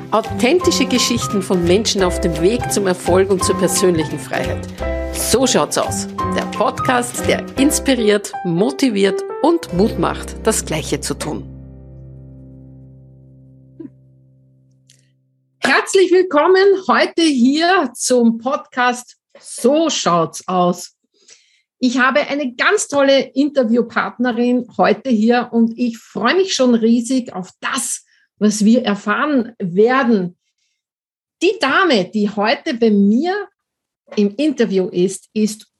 Authentische Geschichten von Menschen auf dem Weg zum Erfolg und zur persönlichen Freiheit. So schaut's aus. Der Podcast, der inspiriert, motiviert und Mut macht, das Gleiche zu tun. Herzlich willkommen heute hier zum Podcast So schaut's aus. Ich habe eine ganz tolle Interviewpartnerin heute hier und ich freue mich schon riesig auf das, was wir erfahren werden. Die Dame, die heute bei mir im Interview ist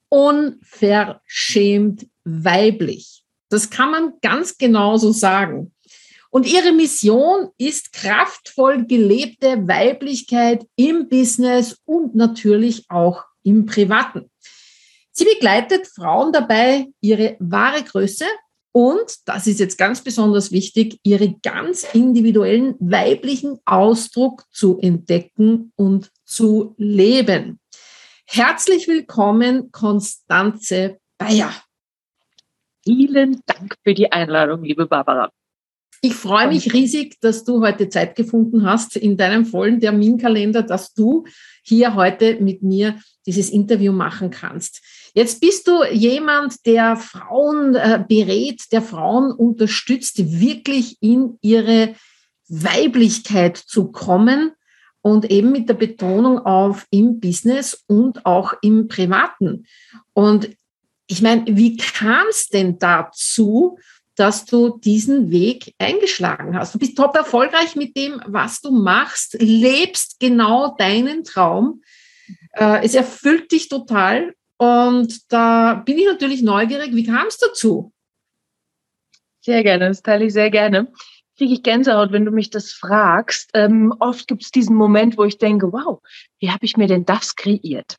unverschämt weiblich. Das kann man ganz genau so sagen. Und ihre Mission ist kraftvoll gelebte Weiblichkeit im Business und natürlich auch im Privaten. Sie begleitet Frauen dabei, ihre wahre Größe und, das ist jetzt ganz besonders wichtig, ihre ganz individuellen weiblichen Ausdruck zu entdecken und zu leben. Herzlich willkommen, Constanze Bayer. Vielen Dank für die Einladung, liebe Barbara. Ich freue mich riesig, dass du heute Zeit gefunden hast in deinem vollen Terminkalender, dass du hier heute mit mir dieses Interview machen kannst. Jetzt bist du jemand, der Frauen berät, der Frauen unterstützt, wirklich in ihre Weiblichkeit zu kommen und eben mit der Betonung auf im Business und auch im Privaten. Und ich meine, wie kam es denn dazu, dass du diesen Weg eingeschlagen hast? Du bist top erfolgreich mit dem, was du machst, lebst genau deinen Traum. Es erfüllt dich total. Und da bin ich natürlich neugierig. Wie kam es dazu? Sehr gerne, das teile ich sehr gerne. Kriege ich Gänsehaut, wenn du mich das fragst. Oft gibt es diesen Moment, wo ich denke, wow, wie habe ich mir denn das kreiert?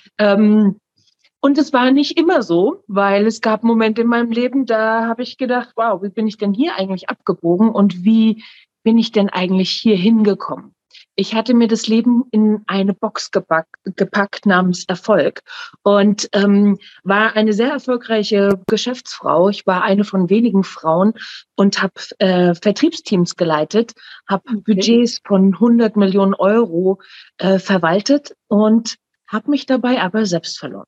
Und es war nicht immer so, weil es gab Momente in meinem Leben, da habe ich gedacht, wow, wie bin ich denn hier eigentlich abgebogen und wie bin ich denn eigentlich hier hingekommen? Ich hatte mir das Leben in eine Box gepackt namens Erfolg und war eine sehr erfolgreiche Geschäftsfrau. Ich war eine von wenigen Frauen und habe Vertriebsteams geleitet, habe Budgets von 100 Millionen Euro verwaltet und habe mich dabei aber selbst verloren.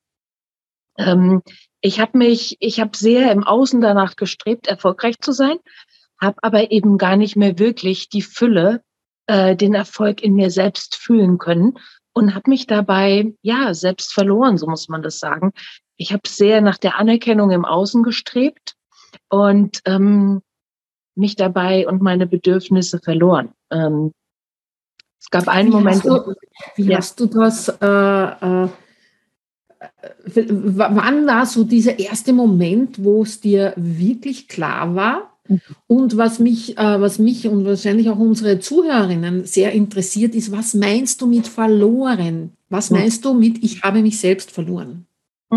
Ich habe sehr im Außen danach gestrebt, erfolgreich zu sein, habe aber eben gar nicht mehr wirklich die Fülle, den Erfolg in mir selbst fühlen können und habe mich dabei, ja, selbst verloren, so muss man das sagen. Ich habe sehr nach der Anerkennung im Außen gestrebt und mich dabei und meine Bedürfnisse verloren. Es gab einen Moment. Wie hast du das? Wann war so dieser erste Moment, wo es dir wirklich klar war? Und was mich und wahrscheinlich auch unsere Zuhörerinnen sehr interessiert, ist, was meinst du mit verloren? Was meinst du mit, ich habe mich selbst verloren?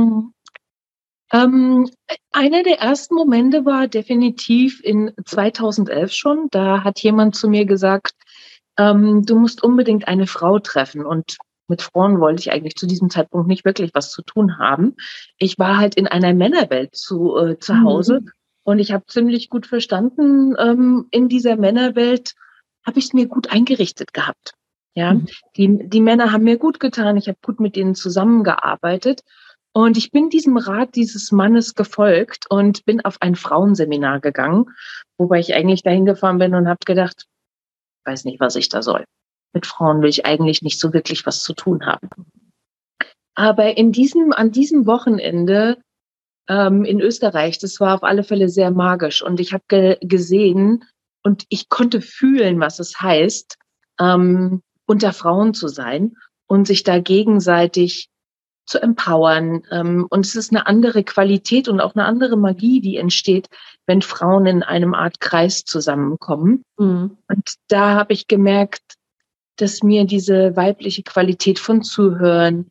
Einer der ersten Momente war definitiv in 2011 schon. Da hat jemand zu mir gesagt, du musst unbedingt eine Frau treffen. Und mit Frauen wollte ich eigentlich zu diesem Zeitpunkt nicht wirklich was zu tun haben. Ich war halt in einer Männerwelt zu Hause. Und ich habe ziemlich gut verstanden, in dieser Männerwelt habe ich es mir gut eingerichtet gehabt. Ja, die Männer haben mir gut getan. Ich habe gut mit denen zusammengearbeitet. Und ich bin diesem Rat dieses Mannes gefolgt und bin auf ein Frauenseminar gegangen, wobei ich eigentlich dahin gefahren bin und habe gedacht, ich weiß nicht, was ich da soll. Mit Frauen will ich eigentlich nicht so wirklich was zu tun haben. Aber an diesem Wochenende in Österreich, das war auf alle Fälle sehr magisch und ich habe gesehen und ich konnte fühlen, was es heißt, unter Frauen zu sein und sich da gegenseitig zu empowern. Und es ist eine andere Qualität und auch eine andere Magie, die entsteht, wenn Frauen in einem Art Kreis zusammenkommen. Und da habe ich gemerkt, dass mir diese weibliche Qualität von Zuhören,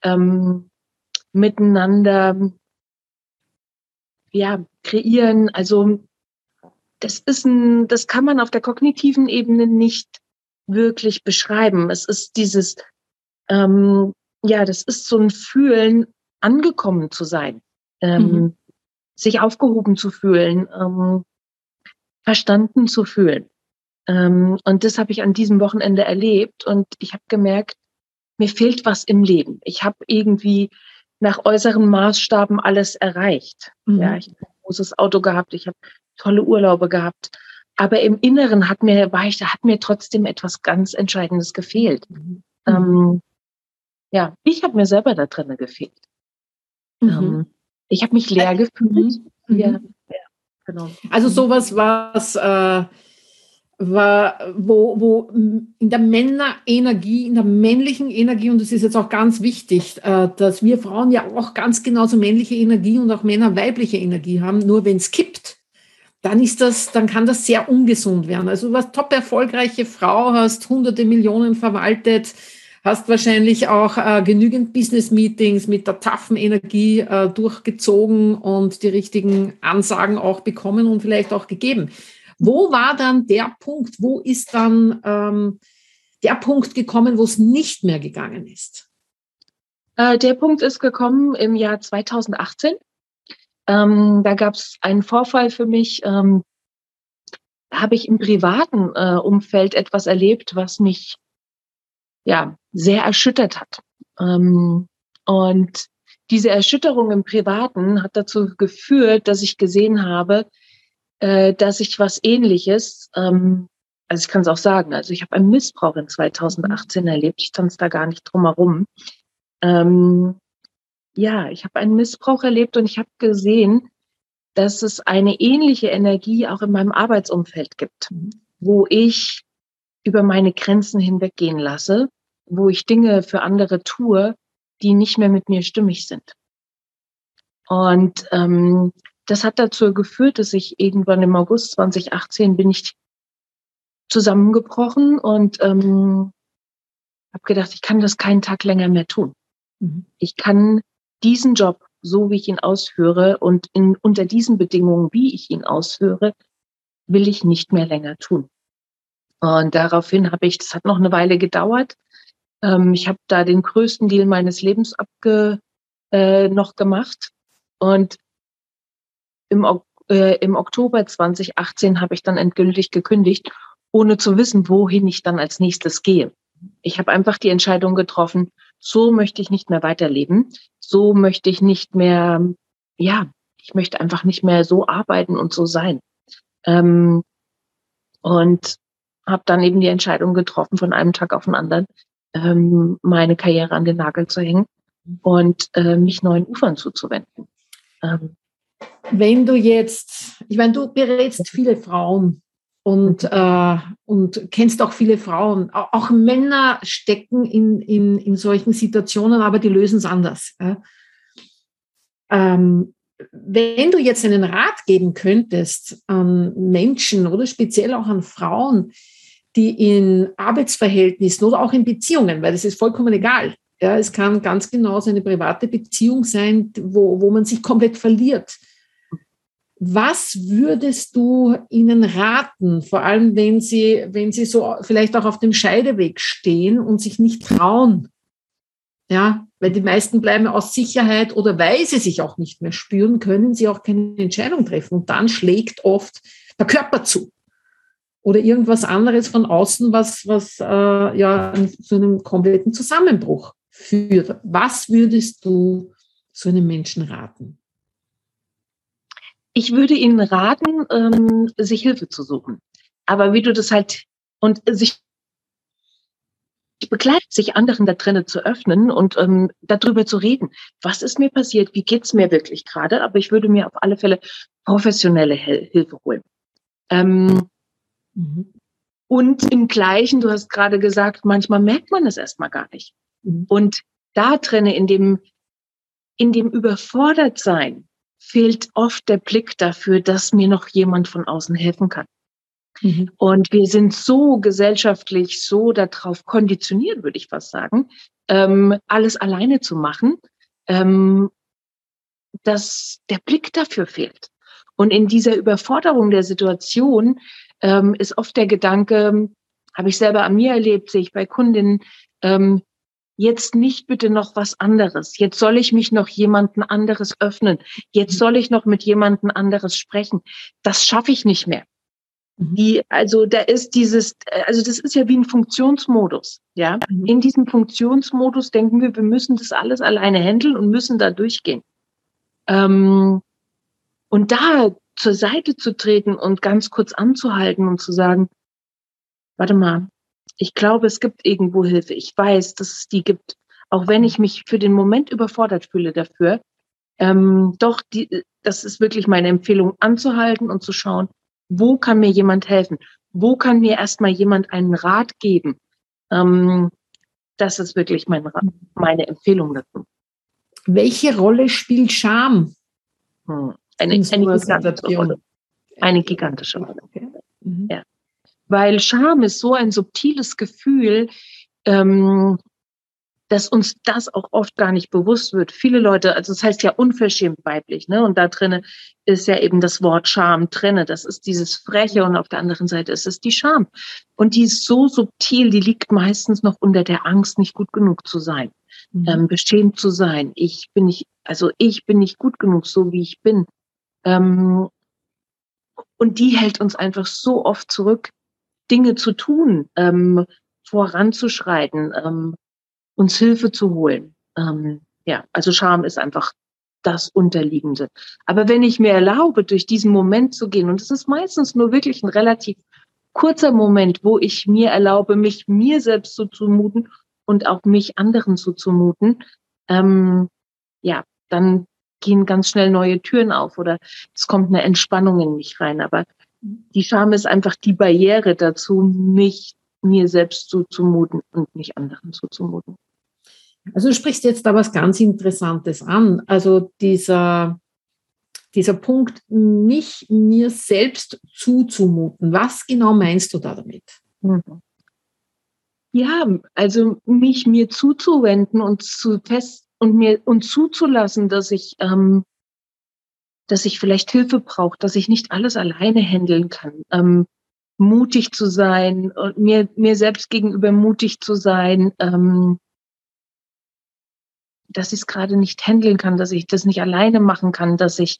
miteinander kreieren. Also das kann man auf der kognitiven Ebene nicht wirklich beschreiben. Es ist dieses, das ist so ein Fühlen, angekommen zu sein, sich aufgehoben zu fühlen, verstanden zu fühlen. Und das habe ich an diesem Wochenende erlebt und ich habe gemerkt, mir fehlt was im Leben. Ich habe irgendwie nach äußeren Maßstaben alles erreicht. Ja, ich habe ein großes Auto gehabt, ich habe tolle Urlaube gehabt. Aber im Inneren hat mir trotzdem etwas ganz Entscheidendes gefehlt. Ja, ich habe mir selber da drinnen gefehlt. Ich habe mich leer gefühlt. Ja, genau. Also sowas, was war, wo in der Männerenergie, in der männlichen Energie, und das ist jetzt auch ganz wichtig, dass wir Frauen ja auch ganz genauso männliche Energie und auch Männer weibliche Energie haben, nur wenn es kippt, dann kann das sehr ungesund werden. Also du warst top erfolgreiche Frau, hast hunderte Millionen verwaltet, hast wahrscheinlich auch genügend Business-Meetings mit der taffen Energie durchgezogen und die richtigen Ansagen auch bekommen und vielleicht auch gegeben. Wo war dann der Punkt, wo ist dann der Punkt gekommen, wo es nicht mehr gegangen ist? Der Punkt ist gekommen im Jahr 2018. Da gab es einen Vorfall für mich, habe ich im privaten Umfeld etwas erlebt, was mich ja sehr erschüttert hat. Und diese Erschütterung im Privaten hat dazu geführt, dass ich gesehen habe, dass ich was Ähnliches, also ich kann es auch sagen, also ich habe einen Missbrauch in 2018 erlebt, ich tanze da gar nicht drum herum. Ja, ich habe einen Missbrauch erlebt und ich habe gesehen, dass es eine ähnliche Energie auch in meinem Arbeitsumfeld gibt, wo ich über meine Grenzen hinweggehen lasse, wo ich Dinge für andere tue, die nicht mehr mit mir stimmig sind. Und das hat dazu geführt, dass ich irgendwann im August 2018 bin ich zusammengebrochen und habe gedacht, ich kann das keinen Tag länger mehr tun. Ich kann diesen Job, so wie ich ihn ausführe und unter diesen Bedingungen, wie ich ihn ausführe, will ich nicht mehr länger tun. Und daraufhin das hat noch eine Weile gedauert. Ich habe da den größten Deal meines Lebens noch gemacht. Und im Oktober 2018 habe ich dann endgültig gekündigt, ohne zu wissen, wohin ich dann als nächstes gehe. Ich habe einfach die Entscheidung getroffen, so möchte ich nicht mehr weiterleben. So möchte ich nicht mehr, ich möchte einfach nicht mehr so arbeiten und so sein. Und habe dann eben die Entscheidung getroffen, von einem Tag auf den anderen meine Karriere an den Nagel zu hängen und mich neuen Ufern zuzuwenden. Wenn du jetzt, ich meine, du berätst viele Frauen und kennst auch viele Frauen. Auch Männer stecken in solchen Situationen, aber die lösen es anders. Wenn du jetzt einen Rat geben könntest an Menschen oder speziell auch an Frauen, die in Arbeitsverhältnissen oder auch in Beziehungen, weil das ist vollkommen egal. Ja, es kann ganz genauso eine private Beziehung sein, wo man sich komplett verliert. Was würdest du ihnen raten, vor allem wenn sie so vielleicht auch auf dem Scheideweg stehen und sich nicht trauen? Ja, weil die meisten bleiben aus Sicherheit oder weil sie sich auch nicht mehr spüren, können sie auch keine Entscheidung treffen. Und dann schlägt oft der Körper zu. Oder irgendwas anderes von außen, was zu einem kompletten Zusammenbruch führt. Was würdest du so einem Menschen raten? Ich würde Ihnen raten, sich Hilfe zu suchen. Aber wie du das und sich begleitet, sich anderen da drinnen zu öffnen und darüber zu reden. Was ist mir passiert? Wie geht's mir wirklich gerade? Aber ich würde mir auf alle Fälle professionelle Hilfe holen. Und im Gleichen, du hast gerade gesagt, manchmal merkt man es erstmal gar nicht. Und da drinnen, in dem Überfordertsein, fehlt oft der Blick dafür, dass mir noch jemand von außen helfen kann. Und wir sind so gesellschaftlich so darauf konditioniert, würde ich fast sagen, alles alleine zu machen, dass der Blick dafür fehlt. Und in dieser Überforderung der Situation ist oft der Gedanke, habe ich selber an mir erlebt, sehe ich bei Kundinnen, jetzt nicht bitte noch was anderes. Jetzt soll ich mich noch jemanden anderes öffnen. Jetzt soll ich noch mit jemanden anderes sprechen. Das schaffe ich nicht mehr. Also da ist also das ist ja wie ein Funktionsmodus, ja. In diesem Funktionsmodus denken wir müssen das alles alleine handeln und müssen da durchgehen. Und da zur Seite zu treten und ganz kurz anzuhalten und zu sagen, warte mal, ich glaube, es gibt irgendwo Hilfe. Ich weiß, dass es die gibt. Auch wenn ich mich für den Moment überfordert fühle dafür. Das ist wirklich meine Empfehlung, anzuhalten und zu schauen, wo kann mir jemand helfen? Wo kann mir erstmal jemand einen Rat geben? Das ist wirklich meine Empfehlung dazu. Welche Rolle spielt Scham? Eine gigantische Rolle. Eine gigantische Rolle. Okay. Ja. Weil Scham ist so ein subtiles Gefühl, dass uns das auch oft gar nicht bewusst wird. Viele Leute, also es heißt ja unverschämt weiblich, ne? Und da drinne ist ja eben das Wort Scham drinne. Das ist dieses Freche und auf der anderen Seite ist es die Scham. Und die ist so subtil, die liegt meistens noch unter der Angst, nicht gut genug zu sein, beschämt zu sein. Ich bin nicht gut genug, so wie ich bin. Und die hält uns einfach so oft zurück, Dinge zu tun, voranzuschreiten, uns Hilfe zu holen. Also Scham ist einfach das Unterliegende. Aber wenn ich mir erlaube, durch diesen Moment zu gehen, und es ist meistens nur wirklich ein relativ kurzer Moment, wo ich mir erlaube, mich mir selbst zuzumuten und auch mich anderen zuzumuten, dann gehen ganz schnell neue Türen auf oder es kommt eine Entspannung in mich rein. Aber die Scham ist einfach die Barriere dazu, mich mir selbst zuzumuten und nicht anderen zuzumuten. Also du sprichst jetzt da was ganz Interessantes an. Also dieser Punkt, mich mir selbst zuzumuten. Was genau meinst du da damit? Ja, also mich mir zuzuwenden und zuzulassen, dass ich vielleicht Hilfe brauche, dass ich nicht alles alleine handeln kann. Mutig zu sein und mir selbst gegenüber mutig zu sein, dass ich es gerade nicht handeln kann, dass ich das nicht alleine machen kann, dass ich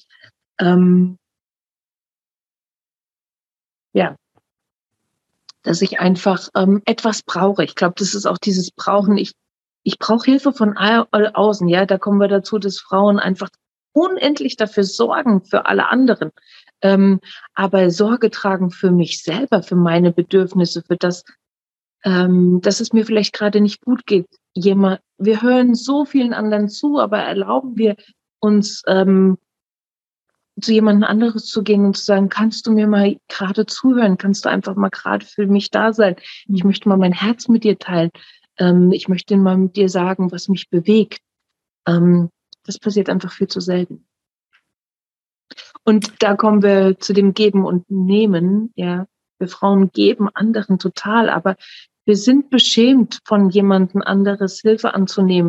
dass ich einfach etwas brauche. Ich glaube, das ist auch dieses Brauchen. Ich brauche Hilfe von außen. Ja, da kommen wir dazu, dass Frauen einfach unendlich dafür sorgen für alle anderen, aber Sorge tragen für mich selber, für meine Bedürfnisse, für das, dass es mir vielleicht gerade nicht gut geht. Wir hören so vielen anderen zu, aber erlauben wir uns zu jemandem anderes zu gehen und zu sagen, kannst du mir mal gerade zuhören? Kannst du einfach mal gerade für mich da sein? Ich möchte mal mein Herz mit dir teilen. Ich möchte mal mit dir sagen, was mich bewegt. Das passiert einfach viel zu selten. Und da kommen wir zu dem Geben und Nehmen. Ja, wir Frauen geben anderen total, aber wir sind beschämt, von jemandem anderes Hilfe anzunehmen,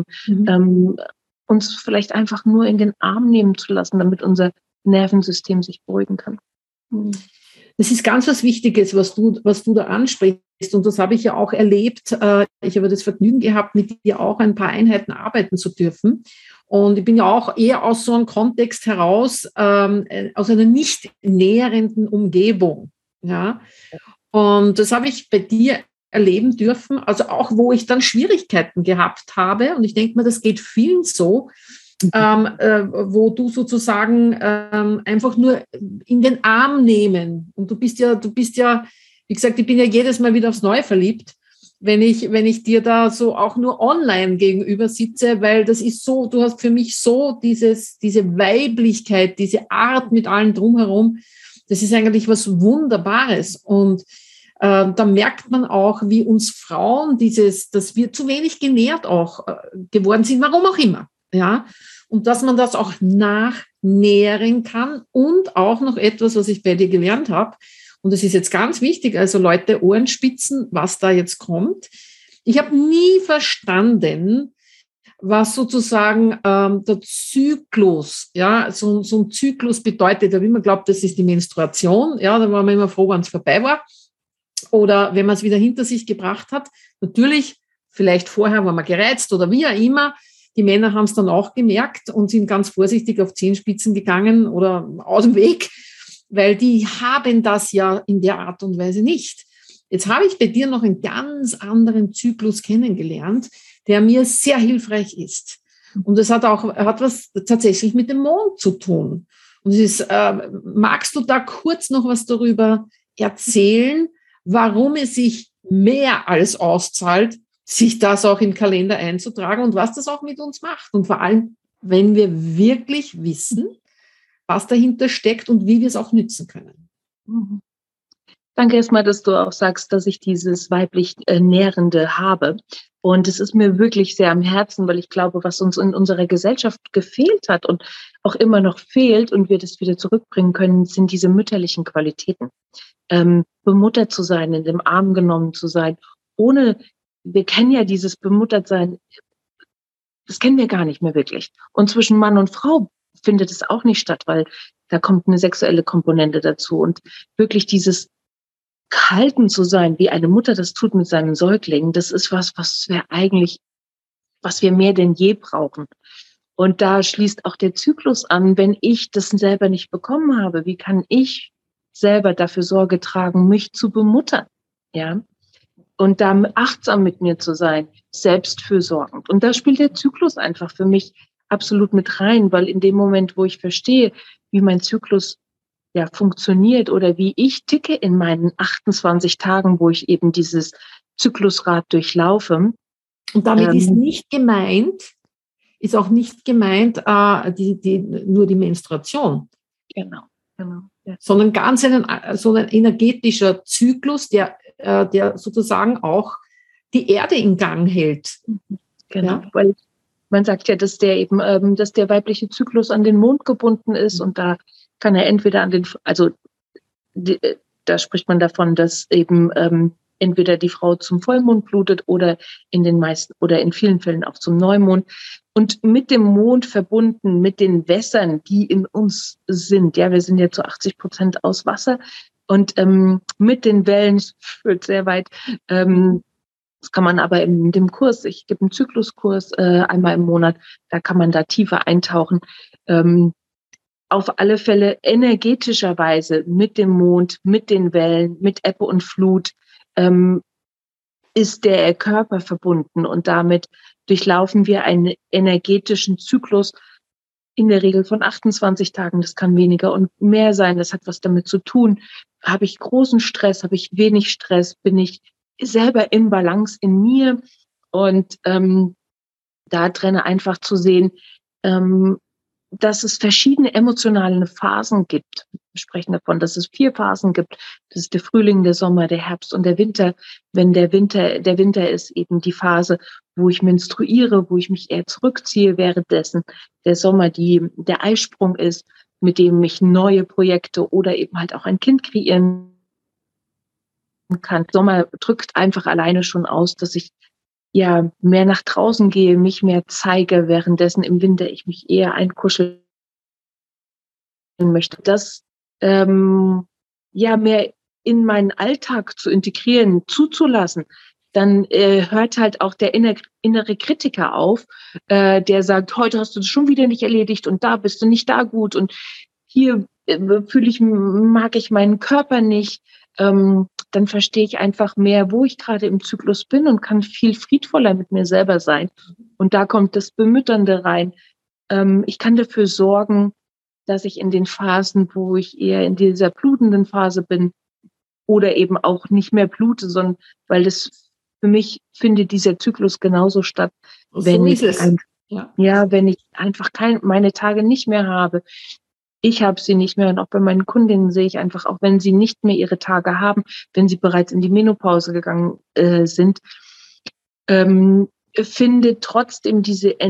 uns vielleicht einfach nur in den Arm nehmen zu lassen, damit unser Nervensystem sich beruhigen kann. Das ist ganz was Wichtiges, was du da ansprichst. Und das habe ich ja auch erlebt. Ich habe das Vergnügen gehabt, mit dir auch ein paar Einheiten arbeiten zu dürfen. Und ich bin ja auch eher aus so einem Kontext heraus, aus einer nicht nähernden Umgebung. Ja? Und das habe ich bei dir erleben dürfen, also auch, wo ich dann Schwierigkeiten gehabt habe. Und ich denke mir, das geht vielen so, wo du sozusagen einfach nur in den Arm nehmen. Und du bist ja, wie gesagt, ich bin ja jedes Mal wieder aufs Neue verliebt, wenn ich dir da so auch nur online gegenüber sitze, weil das ist so, du hast für mich so diese Weiblichkeit, diese Art mit allem drumherum, das ist eigentlich was Wunderbares. Und da merkt man auch, wie uns Frauen dass wir zu wenig genährt auch geworden sind, warum auch immer. Ja, und dass man das auch nachnähren kann und auch noch etwas, was ich bei dir gelernt habe. Und das ist jetzt ganz wichtig, also Leute, Ohrenspitzen, was da jetzt kommt. Ich habe nie verstanden, was sozusagen der Zyklus, ja, so ein Zyklus bedeutet. Da habe ich immer geglaubt, das ist die Menstruation. Ja, da war man immer froh, wenn es vorbei war. Oder wenn man es wieder hinter sich gebracht hat. Natürlich, vielleicht vorher war man gereizt oder wie auch immer. Die Männer haben es dann auch gemerkt und sind ganz vorsichtig auf Zehenspitzen gegangen oder aus dem Weg. weil die haben das ja in der Art und Weise nicht. Jetzt habe ich bei dir noch einen ganz anderen Zyklus kennengelernt, der mir sehr hilfreich ist. Und es hat was tatsächlich mit dem Mond zu tun. Und magst du da kurz noch was darüber erzählen, warum es sich mehr als auszahlt, sich das auch im Kalender einzutragen und was das auch mit uns macht? Und vor allem, wenn wir wirklich wissen, was dahinter steckt und wie wir es auch nützen können. Mhm. Danke erstmal, dass du auch sagst, dass ich dieses weiblich Nährende habe. Und es ist mir wirklich sehr am Herzen, weil ich glaube, was uns in unserer Gesellschaft gefehlt hat und auch immer noch fehlt und wir das wieder zurückbringen können, sind diese mütterlichen Qualitäten. Bemuttert zu sein, in den Arm genommen zu sein, wir kennen ja dieses Bemuttertsein, das kennen wir gar nicht mehr wirklich. Und zwischen Mann und Frau findet es auch nicht statt, weil da kommt eine sexuelle Komponente dazu. Und wirklich dieses gehalten zu sein, wie eine Mutter das tut mit seinen Säuglingen, das ist was wir mehr denn je brauchen. Und da schließt auch der Zyklus an, wenn ich das selber nicht bekommen habe, wie kann ich selber dafür Sorge tragen, mich zu bemuttern, ja? Und da achtsam mit mir zu sein, selbstfürsorgend. Und da spielt der Zyklus einfach für mich absolut mit rein, weil in dem Moment, wo ich verstehe, wie mein Zyklus ja funktioniert oder wie ich ticke in meinen 28 Tagen, wo ich eben dieses Zyklusrad durchlaufe. Und damit ist auch nicht gemeint nur die Menstruation. Genau. Ja. Sondern so ein energetischer Zyklus, der sozusagen auch die Erde in Gang hält. Genau, ja? Weil man sagt ja, dass der weibliche Zyklus an den Mond gebunden ist und da kann er entweder da spricht man davon, dass eben entweder die Frau zum Vollmond blutet oder in vielen Fällen auch zum Neumond. Und mit dem Mond verbunden, mit den Wässern, die in uns sind. Ja, wir sind ja zu 80% aus Wasser. Und mit den Wellen, führt sehr weit, das kann man aber in dem Kurs, ich gebe einen Zykluskurs einmal im Monat, da kann man da tiefer eintauchen. Auf alle Fälle energetischerweise mit dem Mond, mit den Wellen, mit Ebbe und Flut ist der Körper verbunden und damit durchlaufen wir einen energetischen Zyklus in der Regel von 28 Tagen. Das kann weniger und mehr sein. Das hat was damit zu tun. Habe ich großen Stress? Habe ich wenig Stress? Bin ich selber im Balance in mir? Und da drin einfach zu sehen, dass es verschiedene emotionale Phasen gibt. Wir sprechen davon, dass es 4 Phasen gibt. Das ist der Frühling, der Sommer, der Herbst und der Winter. Wenn der Winter ist eben die Phase, wo ich menstruiere, wo ich mich eher zurückziehe währenddessen. Der Sommer, der Eisprung ist, mit dem ich neue Projekte oder eben halt auch ein Kind kreieren kann. Sommer drückt einfach alleine schon aus, dass ich ja mehr nach draußen gehe, mich mehr zeige, währenddessen im Winter ich mich eher einkuscheln möchte. Das mehr in meinen Alltag zu integrieren, zuzulassen, dann hört halt auch der innere Kritiker auf, der sagt, heute hast du das schon wieder nicht erledigt und da bist du nicht da gut und hier mag ich meinen Körper nicht. Dann verstehe ich einfach mehr, wo ich gerade im Zyklus bin und kann viel friedvoller mit mir selber sein. Und da kommt das Bemütternde rein. Ich kann dafür sorgen, dass ich in den Phasen, wo ich eher in dieser blutenden Phase bin oder eben auch nicht mehr blute, sondern weil das für mich findet dieser Zyklus genauso statt, wenn wenn ich einfach meine Tage nicht mehr habe. Ich habe sie nicht mehr und auch bei meinen Kundinnen sehe ich einfach, auch wenn sie nicht mehr ihre Tage haben, wenn sie bereits in die Menopause gegangen sind, findet trotzdem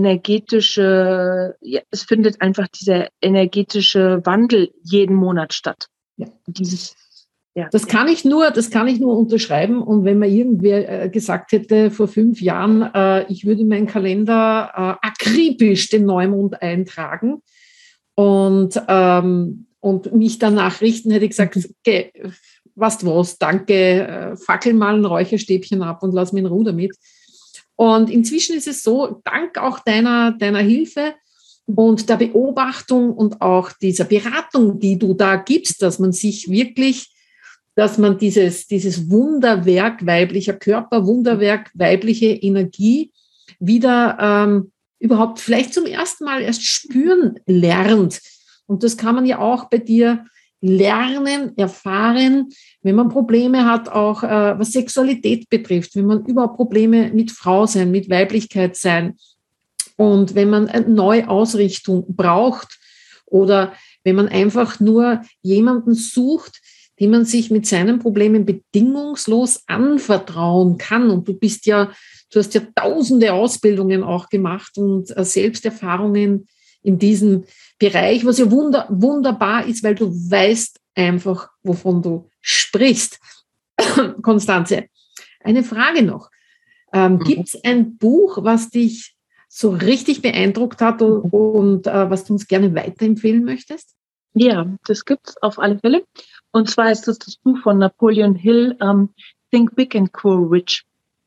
es findet einfach dieser energetische Wandel jeden Monat statt. Ja. Das kann ich nur unterschreiben. Und wenn mir irgendwer gesagt hätte vor 5 Jahren, ich würde in meinen Kalender akribisch den Neumond eintragen und mich danach richten, hätte ich gesagt, okay, was, danke, fackel mal ein Räucherstäbchen ab und lass mich in Ruhe damit. Und inzwischen ist es so, dank auch deiner Hilfe, und der Beobachtung und auch dieser Beratung, die du da gibst, dass man sich wirklich, dass man dieses Wunderwerk weiblicher Körper, Wunderwerk weibliche Energie wieder überhaupt vielleicht zum ersten Mal erst spüren lernt. Und das kann man ja auch bei dir lernen, erfahren, wenn man Probleme hat, auch was Sexualität betrifft, wenn man überhaupt Probleme mit Frau sein, mit Weiblichkeit sein und wenn man eine Neuausrichtung braucht oder wenn man einfach nur jemanden sucht, dem man sich mit seinen Problemen bedingungslos anvertrauen kann. Und du hast ja tausende Ausbildungen auch gemacht und Selbsterfahrungen in diesem Bereich, was ja wunderbar ist, weil du weißt einfach, wovon du sprichst. Konstanze, eine Frage noch. Gibt es ein Buch, was dich so richtig beeindruckt hat und was du uns gerne weiterempfehlen möchtest? Ja, das gibt's auf alle Fälle. Und zwar ist das Buch von Napoleon Hill, Think Big and Grow Rich.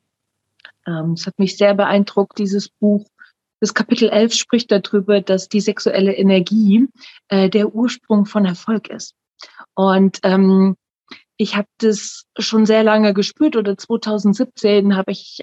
Es hat mich sehr beeindruckt, dieses Buch. Das Kapitel 11 spricht darüber, dass die sexuelle Energie der Ursprung von Erfolg ist. Und ich habe das schon sehr lange gespürt, oder 2017 habe ich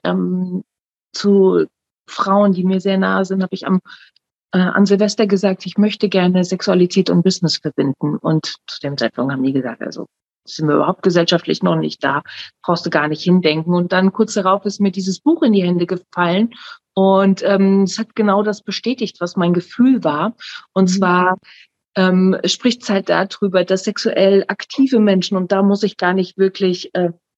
zu Frauen, die mir sehr nahe sind, habe ich an Silvester gesagt, ich möchte gerne Sexualität und Business verbinden. Und zu dem Zeitpunkt haben die gesagt, also sind wir überhaupt gesellschaftlich noch nicht da, brauchst du gar nicht hindenken. Und dann kurz darauf ist mir dieses Buch in die Hände gefallen und es hat genau das bestätigt, was mein Gefühl war. Und zwar spricht es halt darüber, dass sexuell aktive Menschen, und da muss ich gar nicht wirklich,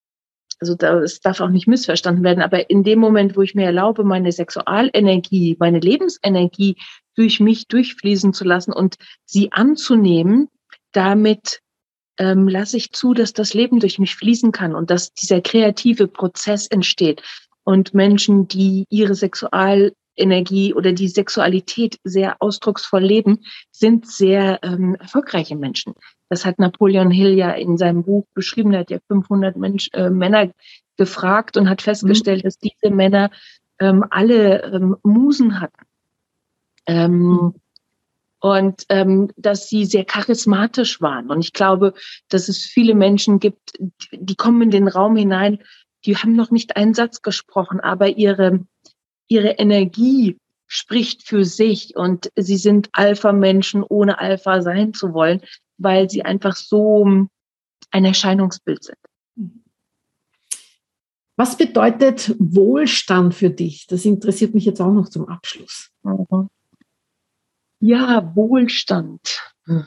es darf auch nicht missverstanden werden, aber in dem Moment, wo ich mir erlaube, meine Sexualenergie, meine Lebensenergie durch mich durchfließen zu lassen und sie anzunehmen, damit lasse ich zu, dass das Leben durch mich fließen kann und dass dieser kreative Prozess entsteht. Und Menschen, die ihre Sexualenergie oder die Sexualität sehr ausdrucksvoll leben, sind sehr erfolgreiche Menschen. Das hat Napoleon Hill ja in seinem Buch beschrieben. Er hat ja 500 Männer gefragt und hat festgestellt, dass diese Männer alle Musen hatten. Und dass sie sehr charismatisch waren. Und ich glaube, dass es viele Menschen gibt, die kommen in den Raum hinein, die haben noch nicht einen Satz gesprochen, aber ihre Energie spricht für sich und sie sind Alpha-Menschen, ohne Alpha sein zu wollen, weil sie einfach so ein Erscheinungsbild sind. Was bedeutet Wohlstand für dich? Das interessiert mich jetzt auch noch zum Abschluss. Ja, Wohlstand.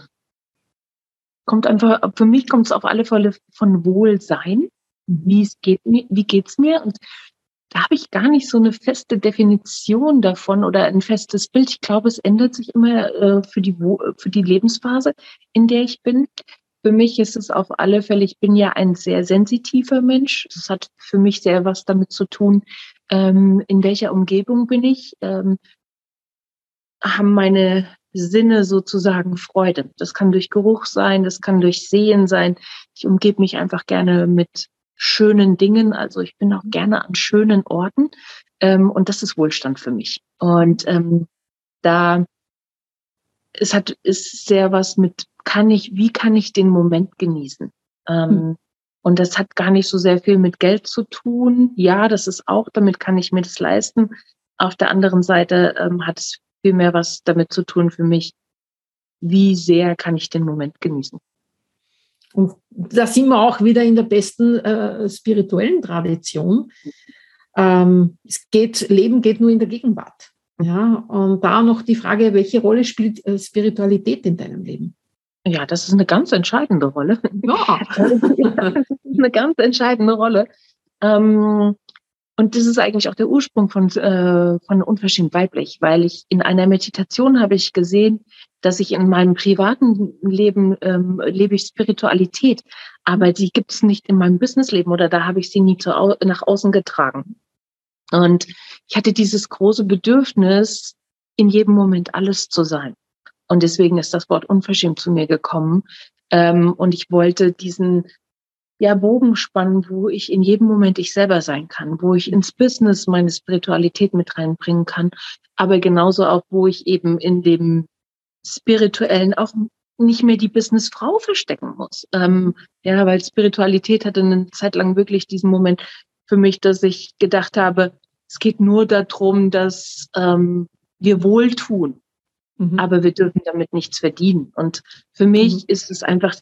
Für mich kommt es auf alle Fälle von Wohlsein. Wie geht's mir? Und da habe ich gar nicht so eine feste Definition davon oder ein festes Bild. Ich glaube, es ändert sich immer für die Lebensphase, in der ich bin. Für mich ist es auf alle Fälle, ich bin ja ein sehr sensitiver Mensch. Das hat für mich sehr was damit zu tun, in welcher Umgebung bin ich. Haben meine Sinne sozusagen Freude. Das kann durch Geruch sein, das kann durch Sehen sein. Ich umgebe mich einfach gerne mit schönen Dingen. Also ich bin auch gerne an schönen Orten. Und das ist Wohlstand für mich. Und ist sehr was mit, wie kann ich den Moment genießen? Und das hat gar nicht so sehr viel mit Geld zu tun. Ja, das ist auch, damit kann ich mir das leisten. Auf der anderen Seite hat es viel mehr was damit zu tun für mich, wie sehr kann ich den Moment genießen. Und da sind wir auch wieder in der besten spirituellen Tradition. Leben geht nur in der Gegenwart. Ja? Und da noch die Frage, welche Rolle spielt Spiritualität in deinem Leben? Ja, das ist eine ganz entscheidende Rolle. Ja. Das ist eine ganz entscheidende Rolle. Und das ist eigentlich auch der Ursprung von Unverschämt Weiblich, weil in einer Meditation habe ich gesehen, dass ich in meinem privaten Leben lebe ich Spiritualität, aber die gibt es nicht in meinem Businessleben oder da habe ich sie nie nach außen getragen. Und ich hatte dieses große Bedürfnis, in jedem Moment alles zu sein. Und deswegen ist das Wort unverschämt zu mir gekommen. Und ich wollte Bogen spannen, wo ich in jedem Moment ich selber sein kann, wo ich ins Business meine Spiritualität mit reinbringen kann, aber genauso auch, wo ich eben in dem Spirituellen auch nicht mehr die Businessfrau verstecken muss. Weil Spiritualität hatte eine Zeit lang wirklich diesen Moment für mich, dass ich gedacht habe, es geht nur darum, dass wir wohltun, aber wir dürfen damit nichts verdienen. Und für mich ist es einfach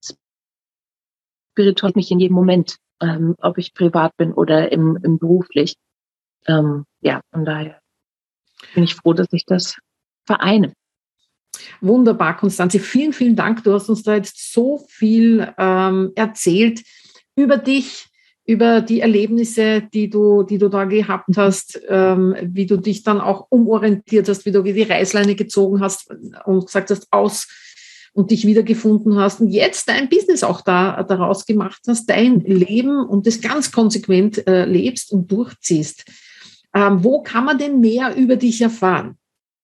spirituell mich in jedem Moment, ob ich privat bin oder im beruflich. Von daher bin ich froh, dass ich das vereine. Wunderbar, Constanze. Vielen, vielen Dank. Du hast uns da jetzt so viel erzählt über dich, über die Erlebnisse, die du da gehabt hast, wie du dich dann auch umorientiert hast, wie du die Reißleine gezogen hast und gesagt hast, aus und dich wiedergefunden hast und jetzt dein Business auch daraus gemacht hast, dein Leben und das ganz konsequent lebst und durchziehst. Wo kann man denn mehr über dich erfahren?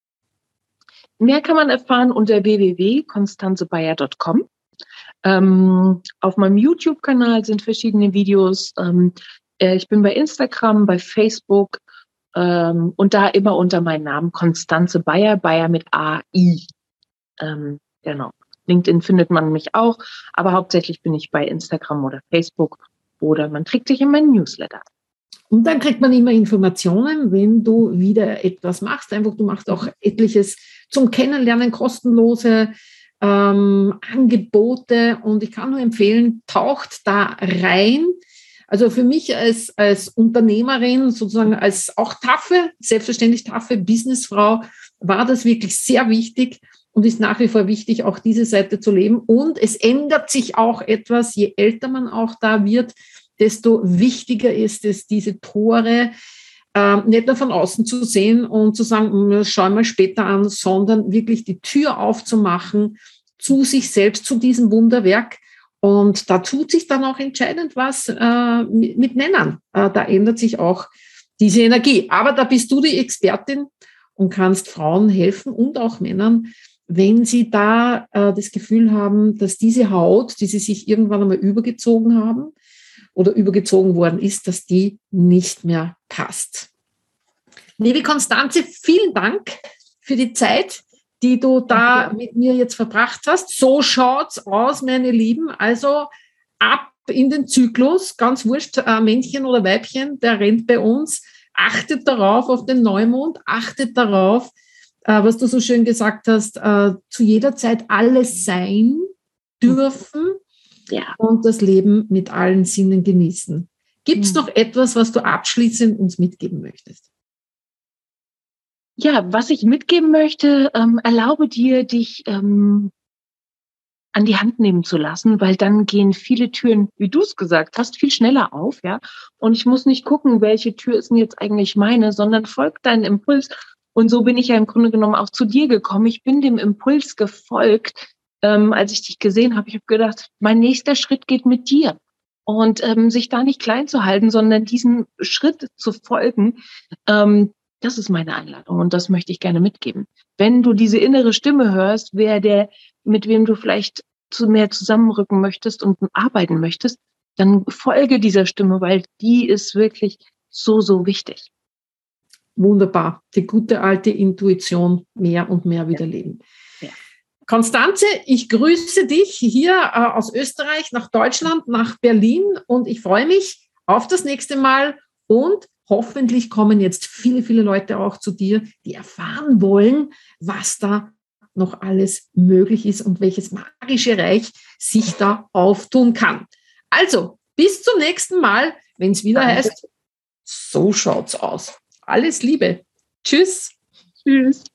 Mehr kann man erfahren unter www.constanzebayer.com. Auf meinem YouTube-Kanal sind verschiedene Videos. Ich bin bei Instagram, bei Facebook und da immer unter meinem Namen Constanze Bayer, Bayer mit AI. Genau. LinkedIn findet man mich auch, aber hauptsächlich bin ich bei Instagram oder Facebook oder man trägt sich in meinen Newsletter. Und dann kriegt man immer Informationen, wenn du wieder etwas machst. Einfach, du machst auch etliches zum Kennenlernen, kostenlose Angebote. Und ich kann nur empfehlen, taucht da rein. Also für mich als Unternehmerin, sozusagen als auch selbstverständlich taffe Businessfrau, war das wirklich sehr wichtig und ist nach wie vor wichtig, auch diese Seite zu leben. Und es ändert sich auch etwas, je älter man auch da wird, desto wichtiger ist es, diese Tore nicht nur von außen zu sehen und zu sagen, schau mal später an, sondern wirklich die Tür aufzumachen zu sich selbst, zu diesem Wunderwerk. Und da tut sich dann auch entscheidend was mit Männern. Da ändert sich auch diese Energie. Aber da bist du die Expertin und kannst Frauen helfen und auch Männern, wenn sie da das Gefühl haben, dass diese Haut, die sie sich irgendwann einmal übergezogen haben oder übergezogen worden ist, dass die nicht mehr passt. Liebe Constanze, vielen Dank für die Zeit, die du da mit mir jetzt verbracht hast. So schaut's aus, meine Lieben. Also ab in den Zyklus, ganz wurscht, Männchen oder Weibchen, der rennt bei uns. Achtet darauf auf den Neumond, achtet darauf, was du so schön gesagt hast, zu jeder Zeit alles sein dürfen und das Leben mit allen Sinnen genießen. Gibt es noch etwas, was du abschließend uns mitgeben möchtest? Ja, was ich mitgeben möchte, erlaube dir, dich an die Hand nehmen zu lassen, weil dann gehen viele Türen, wie du es gesagt hast, viel schneller auf, ja. Und ich muss nicht gucken, welche Tür ist denn jetzt eigentlich meine, sondern folg deinen Impuls. Und so bin ich ja im Grunde genommen auch zu dir gekommen. Ich bin dem Impuls gefolgt, als ich dich gesehen habe. Ich habe gedacht, mein nächster Schritt geht mit dir. Und sich da nicht klein zu halten, sondern diesen Schritt zu folgen, das ist meine Einladung und das möchte ich gerne mitgeben. Wenn du diese innere Stimme hörst, mit wem du vielleicht mehr zusammenrücken möchtest und arbeiten möchtest, dann folge dieser Stimme, weil die ist wirklich so, so wichtig. Wunderbar. Die gute alte Intuition mehr und mehr wieder leben. Ja. Constanze, ich grüße dich hier aus Österreich nach Deutschland, nach Berlin und ich freue mich auf das nächste Mal und hoffentlich kommen jetzt viele, viele Leute auch zu dir, die erfahren wollen, was da noch alles möglich ist und welches magische Reich sich da auftun kann. Also, bis zum nächsten Mal, wenn es wieder heißt, so schaut's aus. Alles Liebe. Tschüss. Tschüss.